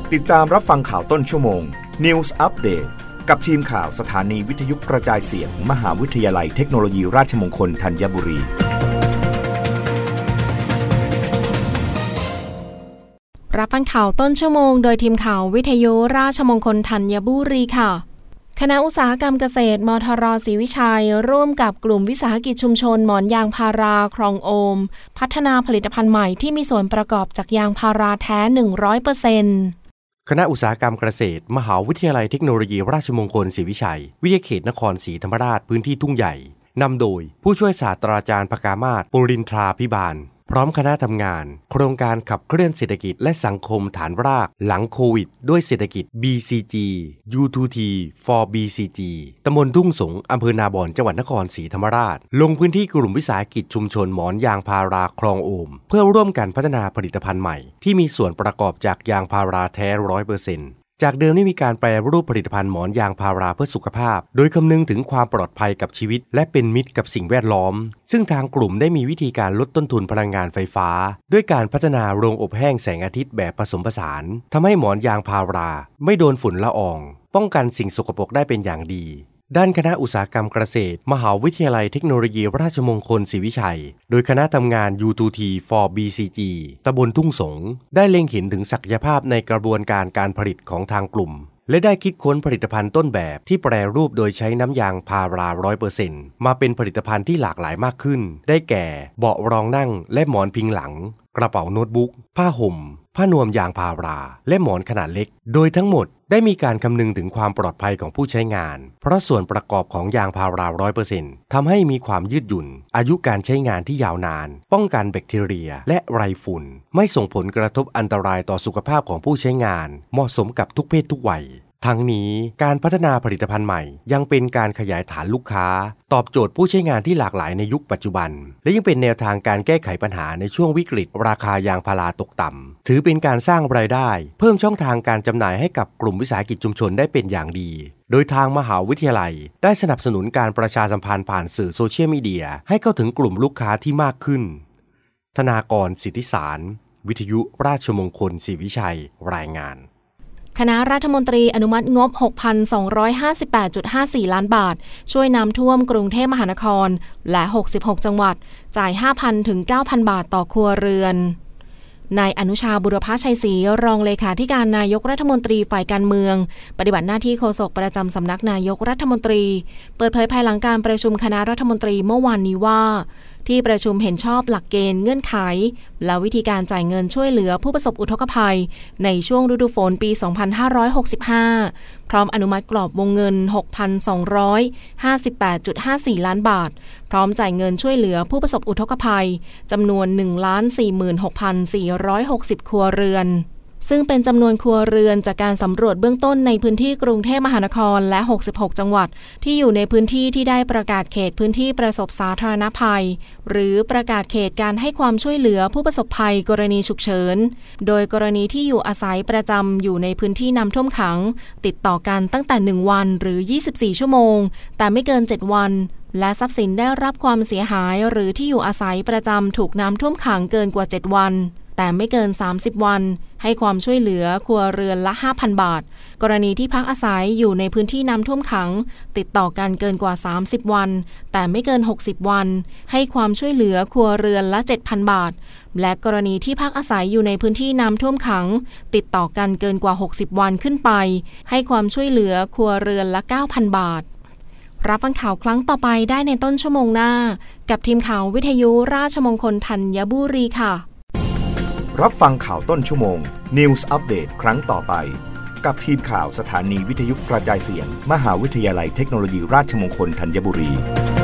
ติดตามรับฟังข่าวต้นชั่วโมง News Update กับทีมข่าวสถานีวิทยุกระจายเสียง มหาวิทยาลัยเทคโนโลยีราชมงคลธัญบุรีรับฟังข่าวต้นชั่วโมงโดยทีมข่าววิทยุราชมงคลธัญบุรีค่ะคณะอุตสาหกรรมเกษตรมทร.ศรีวิชัยร่วมกับกลุ่มวิสาหกิจชุมชนหมอนยางพาราคลองโอมพัฒนาผลิตภัณฑ์ใหม่ที่มีส่วนประกอบจากยางพาราแท้ 100% คณะอุตสาหกรรมเกษตรมหาวิทยาลัยเทคโนโลยีราชมงคลศรีวิชัยวิทยาเขตนครศรีธรรมราชพื้นที่ทุ่งใหญ่นำโดยผู้ช่วยศาสตราจารย์ภกามาศ ปุรินทราภิบาลพร้อมคณะทำงานโครงการขับเคลื่อนเศรษฐกิจและสังคมฐานรากหลังโควิดด้วยเศรษฐกิจ BCG U2T for BCG ตำบลทุ่งสงอำเภอนาบอนจังหวัดนครศรีธรรมราชลงพื้นที่กลุ่มวิสาหกิจชุมชนหมอนยางพาราคลองโอมเพื่อร่วมกันพัฒนาผลิตภัณฑ์ใหม่ที่มีส่วนประกอบจากยางพาราแท้ 100%จากเดิมที่มีการแปรรูปผลิตภัณฑ์หมอนยางพาราเพื่อสุขภาพโดยคำนึงถึงความปลอดภัยกับชีวิตและเป็นมิตรกับสิ่งแวดล้อมซึ่งทางกลุ่มได้มีวิธีการลดต้นทุนพลังงานไฟฟ้าด้วยการพัฒนาโรงอบแห้งแสงอาทิตย์แบบผสมผสานทำให้หมอนยางพาราไม่โดนฝุ่นละอองป้องกันสิ่งสกปรกได้เป็นอย่างดีด้านคณะอุตสาหกรรมเกษตรมหาวิทยาลัยเทคโนโลยีราชมงคลศรีวิชัยโดยคณะทำงาน U2T for BCG ตำบลทุ่งสงได้เล็งเห็นถึงศักยภาพในกระบวนการผลิตของทางกลุ่มและได้คิดค้นผลิตภัณฑ์ต้นแบบที่แปรรูปโดยใช้น้ำยางพารา 100% มาเป็นผลิตภัณฑ์ที่หลากหลายมากขึ้นได้แก่เบาะรองนั่งและหมอนพิงหลังกระเป๋าโน้ตบุ๊กผ้าห่มผ้านวมยางพาราและหมอนขนาดเล็กโดยทั้งหมดได้มีการคำนึงถึงความปลอดภัยของผู้ใช้งานเพราะส่วนประกอบของยางพารา 100% ทำให้มีความยืดหยุ่นอายุการใช้งานที่ยาวนานป้องกันแบคทีเรียและไรฝุ่นไม่ส่งผลกระทบอันตรายต่อสุขภาพของผู้ใช้งานเหมาะสมกับทุกเพศทุกวัยทั้งนี้การพัฒนาผลิตภัณฑ์ใหม่ยังเป็นการขยายฐานลูกค้าตอบโจทย์ผู้ใช้งานที่หลากหลายในยุคปัจจุบันและยังเป็นแนวทางการแก้ไขปัญหาในช่วงวิกฤตราคายางพาราตกต่ำถือเป็นการสร้างรายได้เพิ่มช่องทางการจำหน่ายให้กับกลุ่มวิสาหกิจชุมชนได้เป็นอย่างดีโดยทางมหาวิทยาลัยได้สนับสนุนการประชาสัมพันธ์ผ่านสื่อโซเชียลมีเดียให้เข้าถึงกลุ่มลูกค้าที่มากขึ้นธนากร สิทธิสารวิทยุราชมงคลศรีวิชัยรายงานคณะรัฐมนตรีอนุมัติงบ 6,258.54 ล้านบาทช่วยน้ำท่วมกรุงเทพมหานครและ66จังหวัดจ่าย 5,000 ถึง 9,000 บาทต่อครัวเรือนนายอนุชาบุรพชัยศรีรองเลขาธิการนายกรัฐมนตรีฝ่ายการเมืองปฏิบัติหน้าที่โฆษกประจำสำนักนายกรัฐมนตรีเปิดเผยภายหลังการประชุมคณะรัฐมนตรีเมื่อวานนี้ว่าที่ประชุมเห็นชอบหลักเกณฑ์เงื่อนไขและวิธีการจ่ายเงินช่วยเหลือผู้ประสบอุทกภัยในช่วงฤดูฝนปี 2565 พร้อมอนุมัติกรอบวงเงิน 6,258.54 ล้านบาทพร้อมจ่ายเงินช่วยเหลือผู้ประสบอุทกภัยจำนวน 146,460 ครัวเรือนซึ่งเป็นจำนวนครัวเรือนจากการสำรวจเบื้องต้นในพื้นที่กรุงเทพมหานครและ66จังหวัดที่อยู่ในพื้นที่ที่ได้ประกาศเขตพื้นที่ประสบสาธารณภัยหรือประกาศเขตการให้ความช่วยเหลือผู้ประสบภัยกรณีฉุกเฉินโดยกรณีที่อยู่อาศัยประจำอยู่ในพื้นที่น้ำท่วมขังติดต่อกันตั้งแต่1วันหรือ24ชั่วโมงแต่ไม่เกิน7วันและทรัพย์สินได้รับความเสียหายหรือที่อยู่อาศัยประจำถูกน้ำท่วมขังเกินกว่า7วันแต่ไม่เกิน30วันให้ความช่วยเหลือครัวเรือนละ 5,000 บาทกรณีที่พักอาศัยอยู่ในพื้นที่น้ำท่วมขังติดต่อกันเกินกว่า30วันแต่ไม่เกิน60วันให้ความช่วยเหลือครัวเรือนละ 7,000 บาทและกรณีที่พักอาศัยอยู่ในพื้นที่น้ำท่วมขังติดต่อกันเกินกว่า60วันขึ้นไปให้ความช่วยเหลือครัวเรือนละ 9,000 บาทรับฟังข่าวครั้งต่อไปได้ในต้นชั่วโมงหน้ากับทีมข่าววิทยุราชมงคลธัญบุรีค่ะรับฟังข่าวต้นชั่วโมง News Update ครั้งต่อไปกับทีมข่าวสถานีวิทยุกระจายเสียง มหาวิทยาลัยเทคโนโลยีราชมงคลธัญบุรี